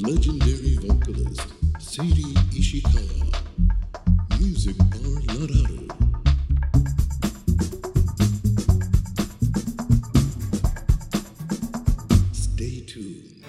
legendary vocalist Seiri Ishikawa. Music Bar Nararu. Stay tuned.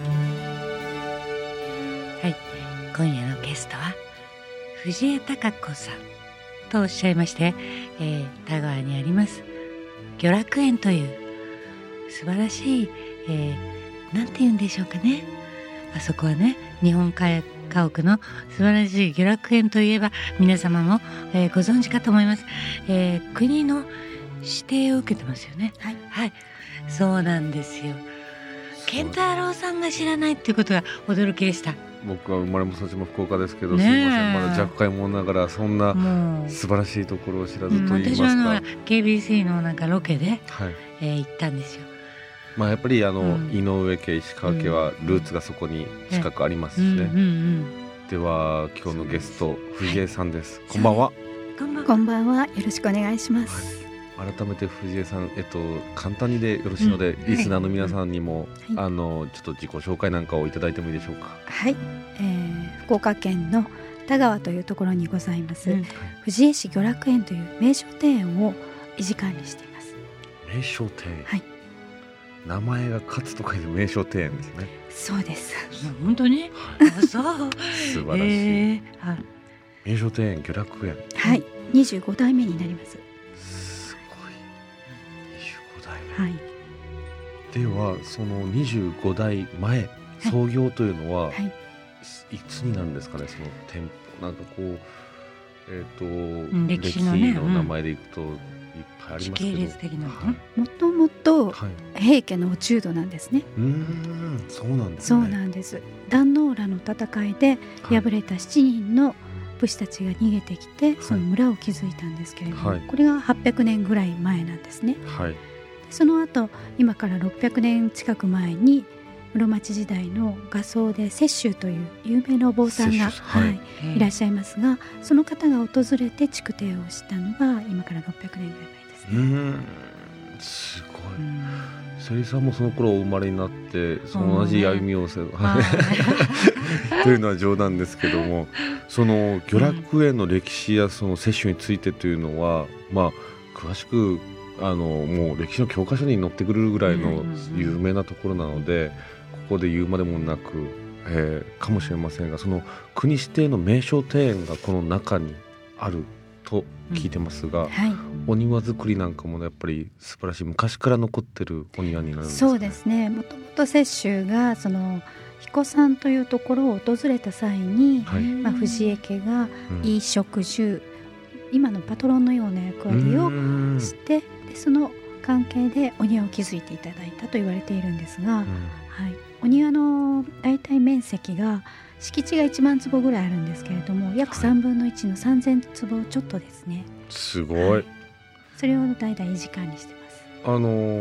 はい、今夜のゲストは藤江貴子さんとおっしゃいまして、田川にあります漁楽園という素晴らしい、なんて言うんでしょうかね、あそこはね、日本家屋の素晴らしい漁楽園といえば皆様も、ご存知かと思います、国の指定を受けてますよね。はい、はい、そうなんですよ。健太郎さんが知らないっていうことが驚きでした。 僕は生まれも育ちも福岡ですけど、すみません、まだ若輩者ながらそんな素晴らしいところを知らずと言いますか、 私はKBC のなんかロケで、行ったんですよ。 まあ、やっぱり井上家石川家はルーツがそこに近くありますしね、では今日のゲスト藤江さんです、こんばんは。 こんばんは、よろしくお願いします、 改めて藤江さん、簡単にでよろしいので、リスナーの皆さんにも、ちょっと自己紹介なんかをいただいてもいいでしょうか。 はい、福岡県の田川というところにございます、藤江市漁楽園という名所庭園を維持管理しています。 名所庭園、 はい、 名前が勝つとかいう名所庭園ですね。 そうです。 本当に、そう素晴らしい、名所庭園漁楽園、 はい、25代目になります。 すごい、25代目、 はい、 ではその25代前、創業というのは、いつになるんですかね。その店舗なんかこう、歴史の名前でいくといっぱいありますけど、 時系列的なもともと平家の落人なんですね。 そうなんですね。 そうなんです。壇ノ浦の戦いで敗れた7人の武士たちが逃げてきて、その村を築いたんですけれども、これが800年ぐらい前なんですね。その後今から600年近く前に室町時代の画僧で雪舟という有名なお坊さんが、いらっしゃいますが、その方が訪れて築庭をしたのが今から600年ぐらい前ですね。 すごい。セリさんもその頃お生まれになって、その同じ歩みをというのは冗談ですけども、その漁楽園の歴史やその雪舟についてというのは、まあ詳しくもう歴史の教科書に載ってくるぐらいの有名なところなので、ここで言うまでもなく、かもしれませんが、その国指定の名所庭園がこの中にあると聞いてますが、お庭作りなんかもやっぱり素晴らしい、昔から残ってるお庭になるんですかね。 そうですね。もともと雪舟がその彦山というところを訪れた際に、藤江家が衣食住、今のパトロンのような役割をして、でその関係でお庭を築いていただいたと言われているんですが、お庭の大体面積が敷地が1万坪ぐらいあるんですけれども、約3分の1の3000坪ちょっとですね。 すごい、 それを代々維持管理してます。 こ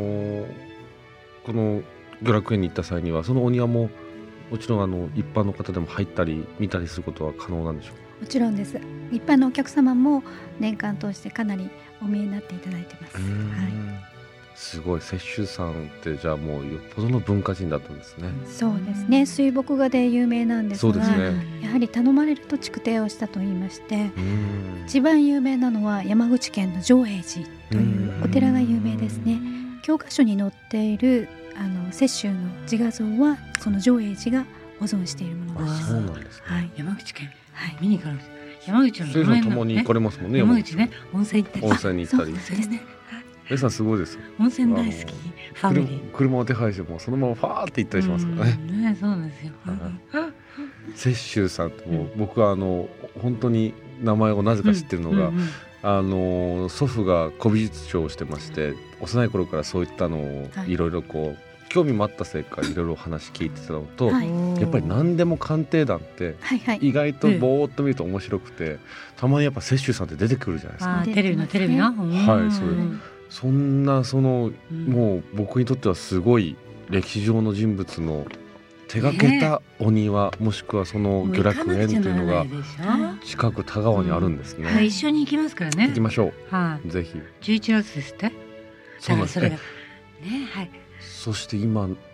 の漁楽園に行った際には、そのお庭ももちろん一般の方でも入ったり見たりすることは可能なんでしょうか。 もちろんです。一般のお客様も年間通してかなりお見えになっていただいてます。 すごい。雪舟さんってじゃあもうよっぽどの文化人だったんですね。 そうですね。水墨画で有名なんですが、やはり頼まれると築庭をしたと言いまして、一番有名なのは山口県の浄永寺というお寺が有名ですね。教科書に載っている雪舟の自画像はその浄永寺が保存しているものなんです。 そうなんですね。 山口県、見に行かれます。山口の先生ともに行かれますもんね。 山口ね、温泉行ったり。 温泉に行ったり。 そうですね。 皆さんすごいです。 温泉大好きファミリー。 車を手配してもそのままファーって行ったりしますからね。 そうなんですよ。 雪舟さんってもう僕は本当に名前をなぜか知ってるのが、祖父が古美術商をしてまして、幼い頃からそういったのをいろいろこう興味もあったせいかいろいろ話聞いてたのと、やっぱり何でも鑑定団って意外とぼーっと見ると面白くて、たまにやっぱ雪舟さんって出てくるじゃないですか。 テレビのそんなもう僕にとってはすごい歴史上の人物の手がけたお庭、もしくはその漁楽園というのが近く田川にあるんですね。 一緒に行きますからね。 行きましょう。ぜひ。 11月ですって。そうなんですね。 そして今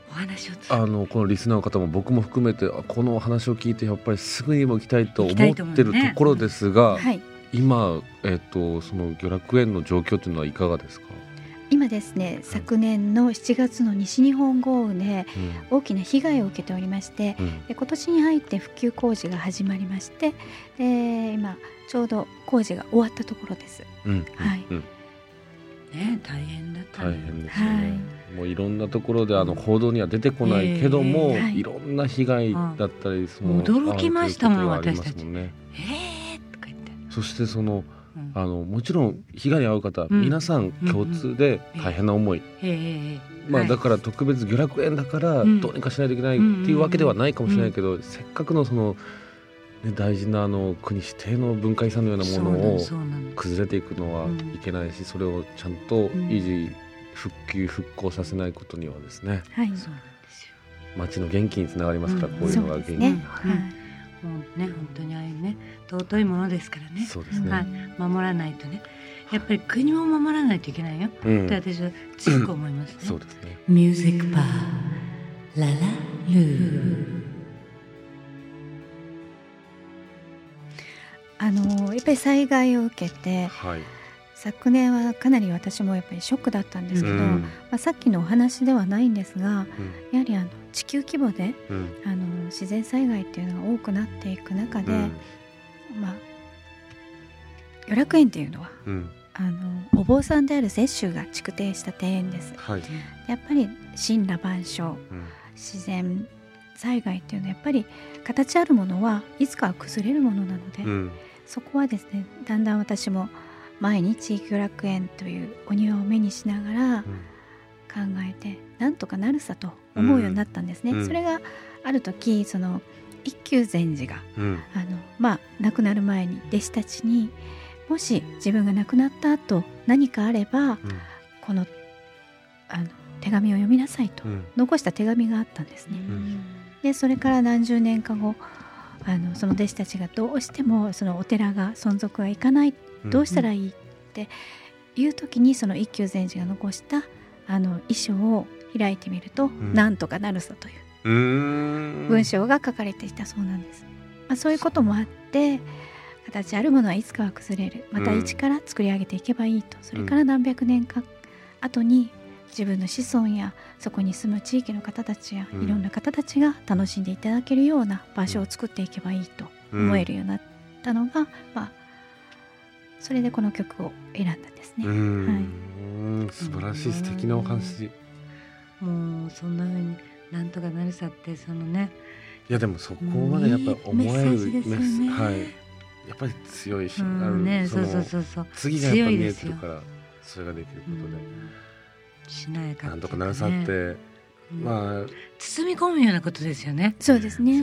お話をこのリスナーの方も僕も含めてこのお話を聞いてやっぱりすぐにも行きたいと思ってるところですが、はい、今、その漁楽園の状況というのはいかがですか？ 今ですね、昨年の7月の西日本豪雨で大きな被害を受けておりまして、で今年に入って復旧工事が始まりまして、で今ちょうど工事が終わったところです。はい。 ね、大変だった大変ですよね、はい、もういろんなところで報道には出てこないけども、いろんな被害だったり驚きましたもん私たち、とか言って、 そしてもちろん被害に遭う方、皆さん共通で大変な思い、だから特別漁楽園だからどうにかしないといけないっていうわけではないかもしれないけど、せっかくの大事な国指定の文化遺産のようなものを崩れていくのはいけないし、それをちゃんと維持、復旧復興させないことにはですね、 はい、 町の元気につながりますから、こういうのが元気に、 もうね、本当にああいうね、尊いものですからね。 そうですね、 はい、守らないとね、やっぱり国も守らないといけないよ、って私は強く思いますね。 そうですね。 ミュージックバーララルー。 やっぱり災害を受けて、はい、昨年はかなり私もやっぱりショックだったんですけど、さっきのお話ではないんですが、やはり地球規模で、自然災害っていうのが多くなっていく中で、漁楽園っていうのは、お坊さんである雪舟が築堤した庭園です、はい、やっぱり森羅万象、自然災害っていうのはやっぱり形あるものはいつかは崩れるものなので、そこはですね、だんだん私も毎日漁楽園というお庭を目にしながら考えて、なんとかなるさと思うようになったんですね、それがある時一休禅師が、亡くなる前に弟子たちに、もし自分が亡くなった後何かあれば、この手紙を読みなさいと、残した手紙があったんですね、でそれから何十年か後、その弟子たちがどうしてもそのお寺が存続がいかない、どうしたらいいっていう時に、その一休禅師が残した遺書を開いてみると、なんとかなるさという文章が書かれていたそうなんです。そういうこともあって、形あるものはいつかは崩れる、また一から作り上げていけばいいと、それから何百年か後に自分の子孫やそこに住む地域の方たちや、いろんな方たちが楽しんでいただけるような場所を作っていけばいいと思えるようになったのが、それでこの曲を選んだんですね。 素晴らしい、素敵なお話。 もうそんな風になんとかなるさって、 いやでもそこまでやっぱり思えるメッセージ、はい、やっぱり強いし、そう次がやっぱ見えてるから、それができることで、 しなやか、 なんとかなるさって、 包み込むようなことですよね。 そうですね。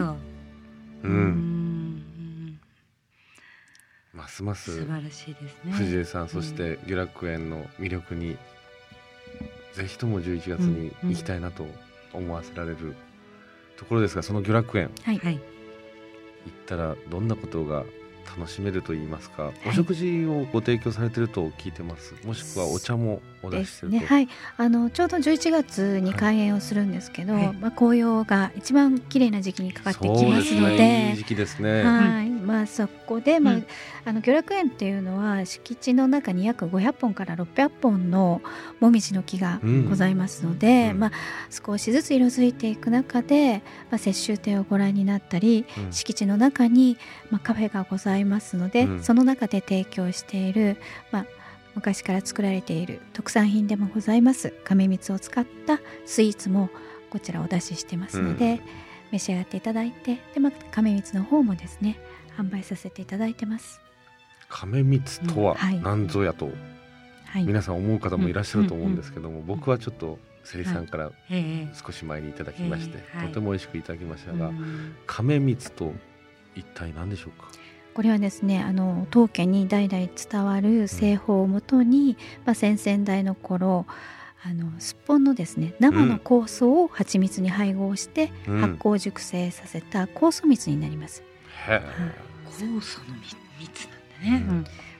ますます素晴らしいですね。 藤江さん、そして漁楽園の魅力に、ぜひとも11月に行きたいなと思わせられるところですが、その漁楽園、行ったらどんなことが楽しめると言いますか、お食事をご提供されていると聞いてます。もしくはお茶もお出ししていると。 ちょうど11月に開園をするんですけど、紅葉が一番綺麗な時期にかかってきますので、 いい時期ですね。 そこで、漁楽園っていうのは敷地の中に約500本から600本のもみじの木がございますので、少しずつ色づいていく中で、雪舟亭をご覧になったり、敷地の中に、カフェがございますので、その中で提供している、昔から作られている特産品でもございます亀蜜を使ったスイーツもこちらお出ししてますので、召し上がっていただいて、で亀蜜の方もですね、販売させていただいてます。 亀蜜とは何ぞやと、皆さん思う方もいらっしゃると思うんですけども、僕はちょっとセリさんから少し前にいただきまして、とても美味しくいただきましたが、亀蜜と一体何でしょうか？ これはですね、当家に代々伝わる製法をもとに、先々代の頃、すっぽんのですね、生の酵素を蜂蜜に配合して発酵熟成させた酵素蜜になります。 酵素の蜜なんだね。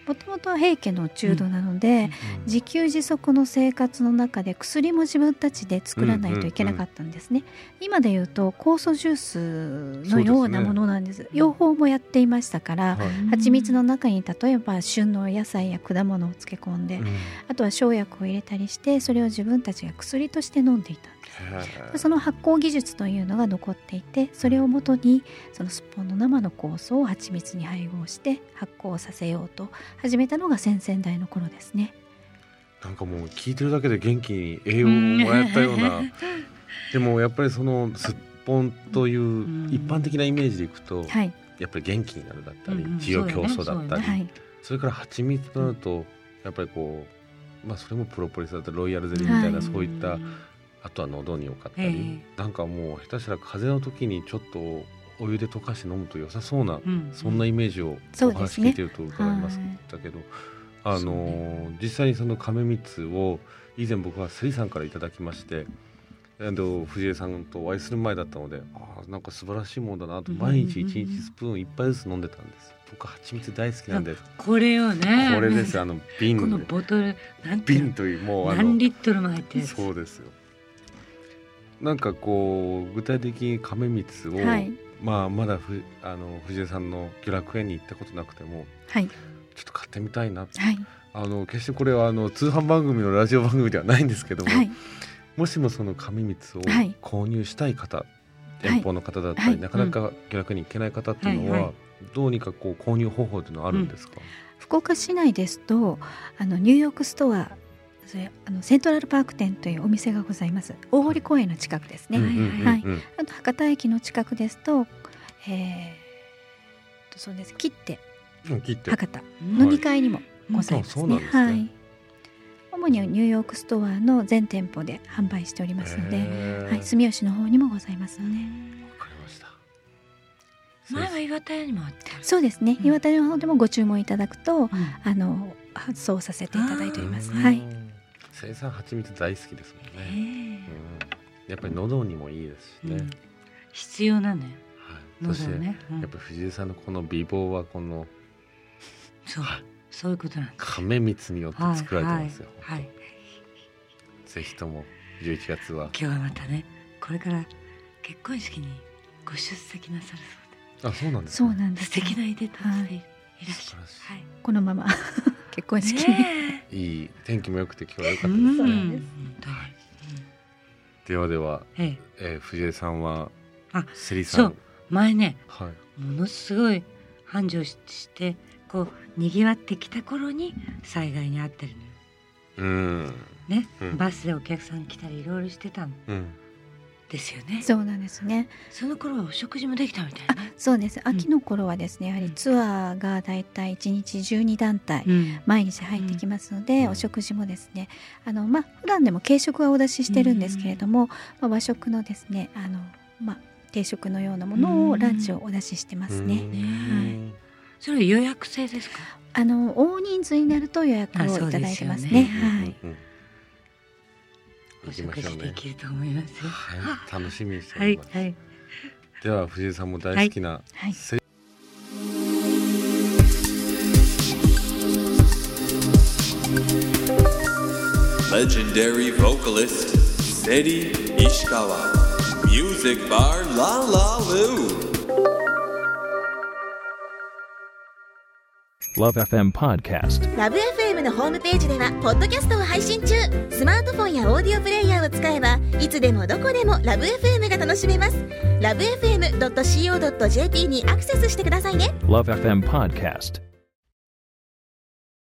もともと平家の中度なので、自給自足の生活の中で薬も自分たちで作らないといけなかったんですね。今でいうと酵素ジュースのようなものなんです。養蜂もやっていましたから、蜂蜜の中に例えば旬の野菜や果物を漬け込んで、あとは生薬を入れたりして、それを自分たちが薬として飲んでいたんです。その発酵技術というのが残っていて、それをもとにそのすっぽんの生の酵素を蜂蜜に配合して発酵させようと始めたのが先々代の頃ですね。 なんかもう聞いてるだけで元気に栄養をもらえたようなでもやっぱりそのすっぽんという一般的なイメージでいくと、 はい、 やっぱり元気になるだったり、滋養強壮だったり、それから蜂蜜となるとやっぱりこう、それもプロポリスだったりロイヤルゼリーみたいな、そういったあとは喉に良かったり、なんかもう下手したら風邪の時にちょっとお湯で溶かして飲むと良さそうな、そんなイメージをお話聞いてると伺いましたけど、実際にその亀蜜を以前僕はセリさんからいただきまして、藤江さんとお会いする前だったので、なんか素晴らしいものだなと、毎日1日スプーン1杯ずつ飲んでたんです。僕蜂蜜大好きなんです。 これよね、 これです。瓶、 このボトル瓶というもう何リットルも入ってる。 そうですよ。なんかこう具体的に亀蜜を、まだ藤江さんの漁楽園に行ったことなくても、ちょっと買ってみたいな、決してこれは通販番組のラジオ番組ではないんですけども、もしもその亀蜜を購入したい方、遠方の方だったり、なかなか漁楽園に行けない方っていうのは、どうにかこう購入方法というのはあるんですか？ 福岡市内ですとニューヨークストア、それセントラルパーク店というお店がございます。大堀公園の近くですね。あと博多駅の近くですと、そうです、切手博多の2階にもございますね。主にニューヨークストアの全店舗で販売しておりますので、住吉の方にもございますので。わかりました。 前は岩田屋にもあった。 そうですね、岩田屋の方でもご注文いただくと、発送させていただいております。 生産蜂蜜大好きですもんね。やっぱり喉にもいいですしね。 必要なのよ。 そしてやっぱり藤井さんのこの美貌はこのそういうことなんです。 亀蜜によって作られてますよ。ぜひとも11月は。 今日はまたね、これから結婚式にご出席なさるそうで。 そうなんです。 そうなんです。 素敵なイデタチでいらっしゃる。 このまま結婚式いい天気も良くて今日は良かったですね。ではでは、藤江さんはセリさん、 前ね、ものすごい繁盛してこう賑わってきた頃に災害に遭ってるのよ。バスでお客さん来たりいろいろしてたの。ですよね。 そうなんですね。 その頃はお食事もできたみたいな。 そうです。秋の頃はですね、やはりツアーがだいたい1日12団体毎日入ってきますので、お食事もですね、普段でも軽食はお出ししてるんですけれども、和食のですね、定食のようなものをランチをお出ししてますね。 それは予約制ですか？ 大人数になると予約をいただいてますね。 お食事できると思いますよ。 楽しみにしております。では藤井さんも大好きな、 Legendary vocalist Seri Ishikawa Music Bar La La Lu Love FM Podcast。 ラブ FM のホームページではポッドキャストを配信中。スマートフォンやオーディオプレイヤーを使えばいつでもどこでもラブ FM が楽しめます。ラブ FM.co.jp にアクセスしてくださいね。 Love FM Podcast